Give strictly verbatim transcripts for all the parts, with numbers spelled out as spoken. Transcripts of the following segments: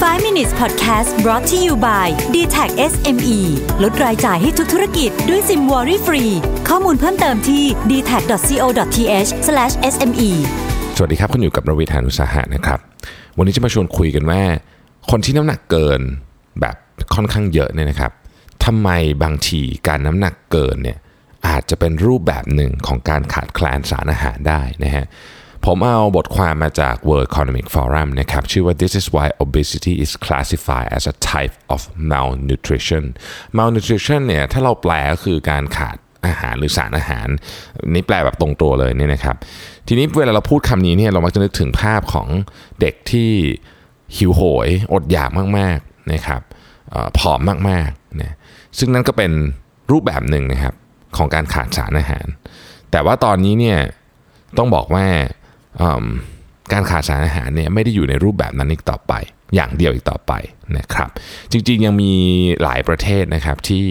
ไฟว์ minutes podcast brought to you by ดี แท็ก เอส เอ็ม อี ลดรายจ่ายให้ทุกธุรกิจด้วยซิมวอรี่ฟรีข้อมูลเพิ่มเติมที่ ดี แท็ก ดอท ซี โอ ดอท ที เอช สแลช เอส เอ็ม อีสวัสดีครับคุณอยู่กับรวิธานอุตสาหะนะครับวันนี้จะมาชวนคุยกันว่าคนที่น้ำหนักเกินแบบค่อนข้างเยอะเนี่ยนะครับทำไมบางทีการน้ำหนักเกินเนี่ยอาจจะเป็นรูปแบบหนึ่งของการขาดแคลนสารอาหารได้นะฮะผมเอาบทความมาจาก World Economic Forum นะครับชื่อว่า This is why obesity is classified as a type of malnutrition malnutrition เนี่ยถ้าเราแปลก็คือการขาดอาหารหรือสารอาหารนี่แปลแบบตรงตัวเลยเนี่ยนะครับทีนี้เวลาเราพูดคำนี้เนี่ยเรามักจะนึกถึงภาพของเด็กที่หิวโหยอดอยากมากๆนะครับผอมมากๆนะซึ่งนั่นก็เป็นรูปแบบหนึ่งนะครับของการขาดสารอาหารแต่ว่าตอนนี้เนี่ยต้องบอกว่าการขาดสารอาหารเนี่ยไม่ได้อยู่ในรูปแบบนั้นอีกต่อไปอย่างเดียวอีกต่อไปนะครับจริงๆยังมีหลายประเทศนะครับที่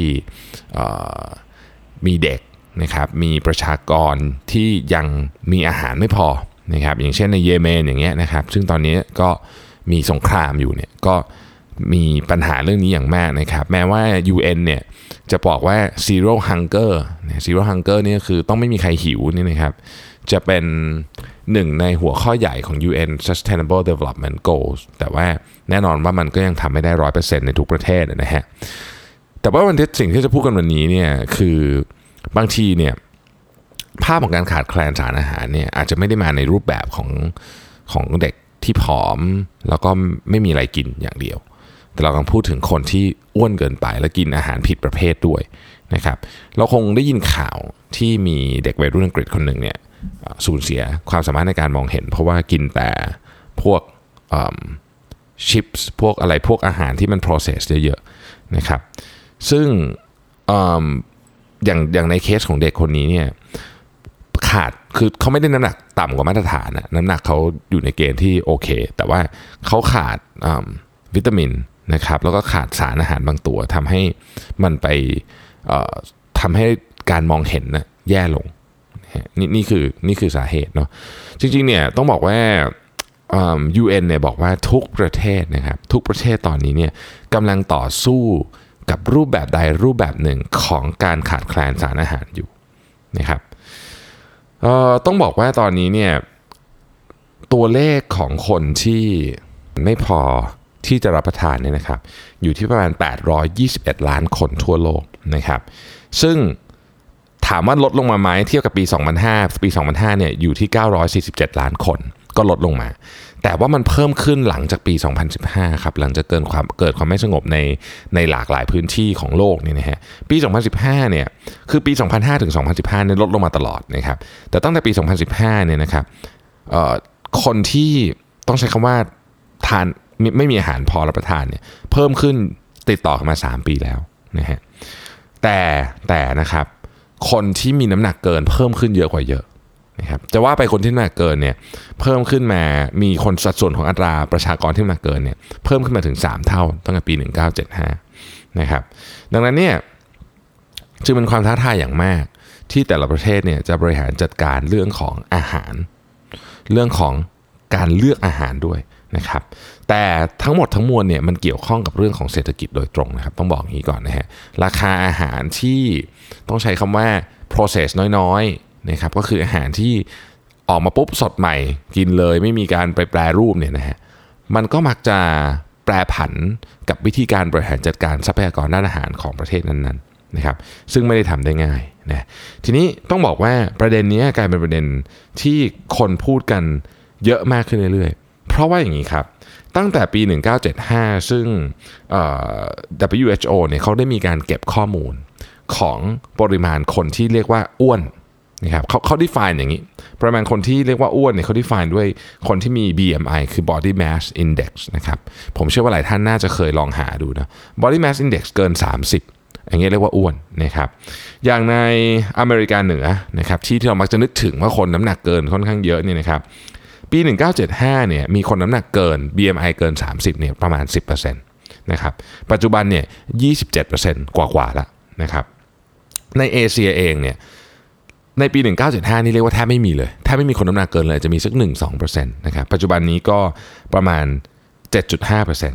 มีเด็กนะครับมีประชากรที่ยังมีอาหารไม่พอนะครับอย่างเช่นในเยเมนอย่างเงี้ยนะครับซึ่งตอนนี้ก็มีสงครามอยู่เนี่ยก็มีปัญหาเรื่องนี้อย่างมากนะครับแม้ว่า ยู เอ็น เนี่ยจะบอกว่า zero hunger zero hunger นี่คือต้องไม่มีใครหิวนี่นะครับจะเป็นหนึ่งในหัวข้อใหญ่ของ ยู เอ็น Sustainable Development Goals แต่ว่าแน่นอนว่ามันก็ยังทำไม่ได้ ร้อยเปอร์เซ็นต์ ในทุกประเทศนะฮะแต่ว่าวันที่สิ่งที่จะพูดกันวันนี้เนี่ยคือบางทีเนี่ยภาพของการขาดแคลนสารอาหารเนี่ยอาจจะไม่ได้มาในรูปแบบของของเด็กที่ผอมแล้วก็ไม่มีอะไรกินอย่างเดียวแต่เรากำลังพูดถึงคนที่อ้วนเกินไปและกินอาหารผิดประเภทด้วยนะครับเราคงได้ยินข่าวที่มีเด็กวัยรุ่นอังกฤษคนหนึ่งเนี่ยสูญเสียความสามารถในการมองเห็นเพราะว่ากินแต่พวกชิปส์พวกอะไรพวกอาหารที่มัน process เยอะๆนะครับซึ่ง อ, อย่างอย่างในเคสของเด็กคนนี้เนี่ยขาดคือเขาไม่ได้น้ำหนักต่ำกว่ามาตรฐานนะน้ำหนักเขาอยู่ในเกณฑ์ที่โอเคแต่ว่าเขาขาดวิตามินนะครับแล้วก็ขาดสารอาหารบางตัวทำให้มันไปทำให้การมองเห็นนะแย่ลงนี่นี่คือนี่คือสาเหตุเนาะจริงๆเนี่ยต้องบอกว่า ยู เอ็น เนี่ยบอกว่าทุกประเทศนะครับทุกประเทศตอนนี้เนี่ยกำลังต่อสู้กับรูปแบบใดรูปแบบหนึ่งของการขาดแคลนสารอาหารอยู่นะครับต้องบอกว่าตอนนี้เนี่ยตัวเลขของคนที่ไม่พอที่จะรับประทานเนี่ยนะครับอยู่ที่ประมาณแปดร้อยยี่สิบเอ็ดล้านคนทั่วโลกนะครับซึ่งถามว่าลดลงมาไหมเทียบกับปีสองพันห้าปีสองพันห้าเนี่ยอยู่ที่เก้าร้อยสี่สิบเจ็ดล้านคนก็ลดลงมาแต่ว่ามันเพิ่มขึ้นหลังจากปีสองพันสิบห้าครับหลังจากเกิดความเกิดความไม่สงบในในหลากหลายพื้นที่ของโลกนี่นะฮะปีสองพันสิบห้าเนี่ยคือปีสองพันห้าถึงสองพันสิบห้าเนี่ยลดลงมาตลอดนะครับแต่ตั้งแต่ปีสองพันสิบห้าเนี่ยนะครับเอ่อคนที่ต้องใช้คำว่าทานไม่มีอาหารพอรับประทานเนี่ยเพิ่มขึ้นติดต่อกันมาสามปีแล้วนะฮะแต่แต่นะครับคนที่มีน้ำหนักเกินเพิ่มขึ้นเยอะกว่าเยอะนะครับจะว่าไปคนที่น้ำหนักเกินเนี่ยเพิ่มขึ้นมามีคนสัดส่วนของอัตราประชากรที่น้ำหนักเกินเนี่ยเพิ่มขึ้นมาถึงสามเท่าตั้งแต่ปีหนึ่งพันเก้าร้อยเจ็ดสิบห้านะครับดังนั้นเนี่ยจึงเป็นความท้าทายอย่างมากที่แต่ละประเทศเนี่ยจะบริหารจัดการเรื่องของอาหารเรื่องของการเลือกอาหารด้วยนะครับแต่ทั้งหมดทั้งมวลเนี่ยมันเกี่ยวข้องกับเรื่องของเศรษฐกิจโดยตรงนะครับต้องบอกอย่างนี้ก่อนนะฮะราคาอาหารที่ต้องใช้คำว่า process น้อยๆนะครับก็คืออาหารที่ออกมาปุ๊บสดใหม่กินเลยไม่มีการไปแปรรูปเนี่ยนะฮะมันก็มักจะแปรผันกับวิธีการบริหารจัดการทรัพยากรด้านอาหารของประเทศนั้นๆนะครับซึ่งไม่ได้ทำได้ง่ายนะทีนี้ต้องบอกว่าประเด็นนี้กลายเป็นประเด็นที่คนพูดกันเยอะมากขึ้นเรื่อยๆเพราะว่าอย่างนี้ครับตั้งแต่ปีหนึ่งพันเก้าร้อยเจ็ดสิบห้าซึ่ง ดับเบิลยู เอช โอ เนี่ยเขาได้มีการเก็บข้อมูลของปริมาณคนที่เรียกว่าอ้วนนะครับเขาเขา define อย่างนี้ปริมาณคนที่เรียกว่าอ้วนเนี่ยเขา define ด้วยคนที่มี บี เอ็ม ไอ คือ body mass index นะครับผมเชื่อว่าหลายท่านน่าจะเคยลองหาดูนะ body mass index เกินสามสิบอย่างเงี้ยเรียกว่าอ้วนนะครับอย่างในอเมริกาเหนือนะครับที่ที่เรามักจะนึกถึงว่าคนน้ำหนักเกินค่อนข้างเยอะเนี่ยนะครับปีหนึ่งพันเก้าร้อยเจ็ดสิบห้าเนี่ยมีคนน้ำหนักเกิน บี เอ็ม ไอ เกินสามสิบเนี่ยประมาณ สิบเปอร์เซ็นต์ นะครับปัจจุบันเนี่ย ยี่สิบเจ็ดเปอร์เซ็นต์ กว่าๆแล้วนะครับในเอเชียเองเนี่ยในปีหนึ่งพันเก้าร้อยเจ็ดสิบห้านี่เรียกว่าแทบไม่มีเลยแทบไม่มีคนน้ำหนักเกินเลยจะมีสัก หนึ่งถึงสองเปอร์เซ็นต์ นะครับปัจจุบันนี้ก็ประมาณ เจ็ดจุดห้าเปอร์เซ็นต์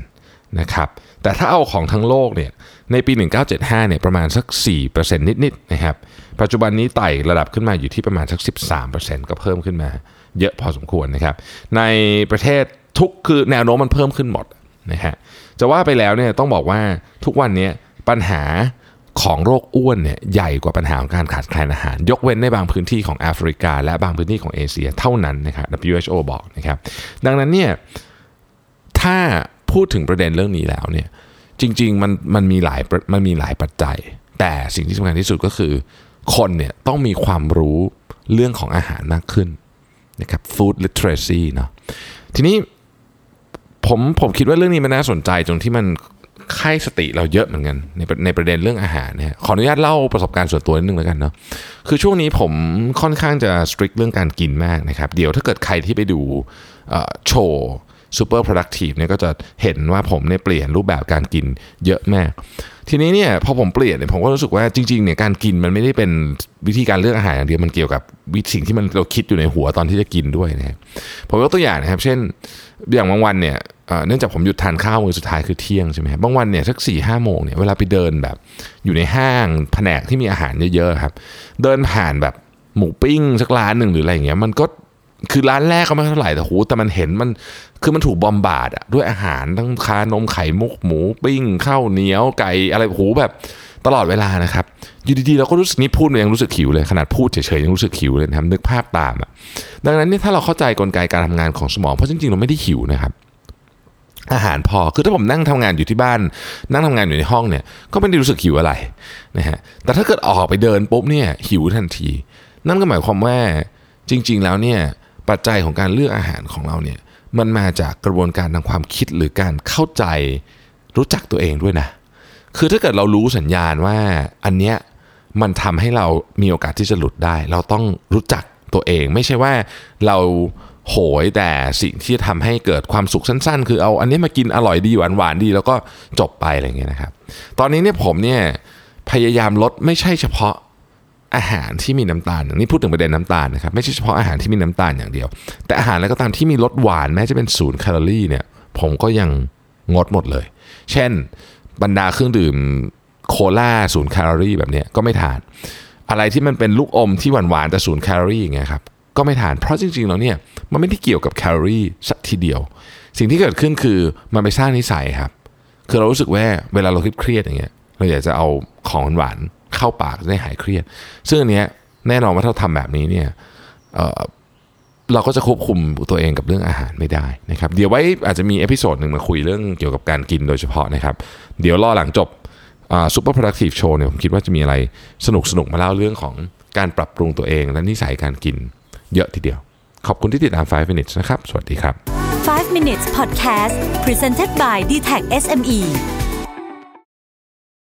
นะครับแต่ถ้าเอาของทั้งโลกเนี่ยในปีหนึ่งพันเก้าร้อยเจ็ดสิบห้าเนี่ยประมาณสัก สี่เปอร์เซ็นต์ นิดๆนะครับปัจจุบันนี้ไต่ระดับขึ้นมาอยู่ที่ประมาณสัก สิบสามเปอร์เซ็นต์ ก็เพิ่มขึ้นมาเยอะพอสมควรนะครับในประเทศทุกคือแนวโน้มมันเพิ่มขึ้นหมดนะฮะจะว่าไปแล้วเนี่ยต้องบอกว่าทุกวันนี้ปัญหาของโรคอ้วนเนี่ยใหญ่กว่าปัญหาของการขาดแคลนอาหารยกเว้นในบางพื้นที่ของแอฟริกาและบางพื้นที่ของเอเชียเท่านั้นนะครับ ดับเบิลยู เอช โอ บอกนะครับดังนั้นเนี่ยถ้าพูดถึงประเด็นเรื่องนี้แล้วเนี่ยจริงๆมันมันมีหลายมันมีหลายปัจจัยแต่สิ่งที่สำคัญที่สุดก็คือคนเนี่ยต้องมีความรู้เรื่องของอาหารมากขึ้นนะครับ food literacy เนาะทีนี้ผมผมคิดว่าเรื่องนี้มันน่าสนใจตรงที่มันให้สติเราเยอะเหมือนกันในในประเด็นเรื่องอาหารเนี่ยขออนุญาตเล่าประสบการณ์ส่วนตัวนิดนึงแล้วกันเนาะคือช่วงนี้ผมค่อนข้างจะ strict เรื่องการกินมากนะครับเดี๋ยวถ้าเกิดใครที่ไปดูโชว์ super productive เนี่ยก็จะเห็นว่าผมเนี่ยเปลี่ยนรูปแบบการกินเยอะมากทีนี้เนี่ยพอผมเปลี่ยนเนี่ยผมก็รู้สึกว่าจริงๆเนี่ยการกินมันไม่ได้เป็นวิธีการเลือกอาหารอย่างเดียวมันเกี่ยวกับวิธีสิ่งที่มันเราคิดอยู่ในหัวตอนที่จะกินด้วยนะครับผมยกตัวอย่างนะครับเช่นอย่างบางวันเนี่ยเนื่องจากผมหยุดทานข้าวมื้อสุดท้ายคือเที่ยงใช่ไหมบางวันเนี่ยสัก สี่ห้า โมงเนี่ยเวลาไปเดินแบบอยู่ในห้างแผนกที่มีอาหารเยอะๆครับเดินผ่านแบบหมูปิ้งสักร้านหนึ่งหรืออะไรอย่างเงี้ยมันก็คือร้านแรกก็ไม่เท่าไหร่แต่โหแต่มันเห็นมันคือมันถูกบอมบาร์ดอะด้วยอาหารทั้งคานมไข่มุกหมูปิ้งข้าวเหนียวไก่อะไรโหแบบตลอดเวลานะครับอยู่ดีๆเราก็รู้สึกนี่พูดมันยังรู้สึกหิวเลยขนาดพูดเฉยๆยังรู้สึกหิวเลยนะครับนึกภาพตามอะดังนั้นนี่ถ้าเราเข้าใจกลไกการทำงานของสมองเพราะจริงๆเราไม่ได้หิวนะครับอาหารพอคือถ้าผมนั่งทำงานอยู่ที่บ้านนั่งทำงานอยู่ในห้องเนี่ยก็ไม่ได้รู้สึกหิวอะไรนะฮะแต่ถ้าเกิดออกไปเดินปุ๊บเนี่ยหิวทันทีนั่นก็หมายความว่าจริงๆแล้วเนี่ยปัจจัยของการเลือกอาหารของเราเนี่ยมันมาจากกระบวนการทางความคิดหรือการเข้าใจรู้จักตัวเองด้วยนะคือถ้าเกิดเรารู้สัญญาณว่าอันเนี้ยมันทำให้เรามีโอกาสที่จะหลุดได้เราต้องรู้จักตัวเองไม่ใช่ว่าเราโหยแต่สิ่งที่ทำให้เกิดความสุขสั้นๆคือเอาอันนี้มากินอร่อยดีหวานๆดีแล้วก็จบไปอะไรเงี้ยนะครับตอนนี้เนี่ยผมเนี่ยพยายามลดไม่ใช่เฉพาะอาหารที่มีน้ำตาลนี่พูดถึงประเด็นน้ำตาลนะครับไม่ใช่เฉพาะอาหารที่มีน้ำตาลอย่างเดียวแต่อาหารอะไรก็ตามที่มีรสหวานแม้จะเป็นศูนย์แคลอรี่เนี่ยผมก็ยังงดหมดเลยเช่นบรรดาเครื่องดื่มโคลาศูนย์แคลอรี่แบบนี้ก็ไม่ทานอะไรที่มันเป็นลูกอมที่หวานๆแต่ศูนย์แคลอรี่อย่างเงี้ยครับก็ไม่ทานเพราะจริงๆแล้วเนี่ยมันไม่ได้เกี่ยวกับแคลอรี่สักทีเดียวสิ่งที่เกิดขึ้นคือมันไปสร้างนิสัยครับคือเรารู้สึกว่าเวลาเราเครียดอย่างเงี้ยเราอยากจะเอาของหวานเข้าปากได้หายเครียดซึ่งอันเนี้ยแน่นอนว่าถ้าทำแบบนี้เนี่ย เอ่อ เราก็จะควบคุมตัวเองกับเรื่องอาหารไม่ได้นะครับเดี๋ยวไว้อาจจะมีเอพิโซดหนึ่งมาคุยเรื่องเกี่ยวกับการกินโดยเฉพาะนะครับเดี๋ยวรอหลังจบซูเปอร์โปรดักทีฟโชว์เนี่ยผมคิดว่าจะมีอะไรสนุกสนุกมาเล่าเรื่องของการปรับปรุงตัวเองและนิสัยการกินเยอะทีเดียวขอบคุณที่ติดตามไฟว์ minutes นะครับสวัสดีครับไฟว์ minutes podcast presented by ดี ที เอ ซี เอส เอ็ม อี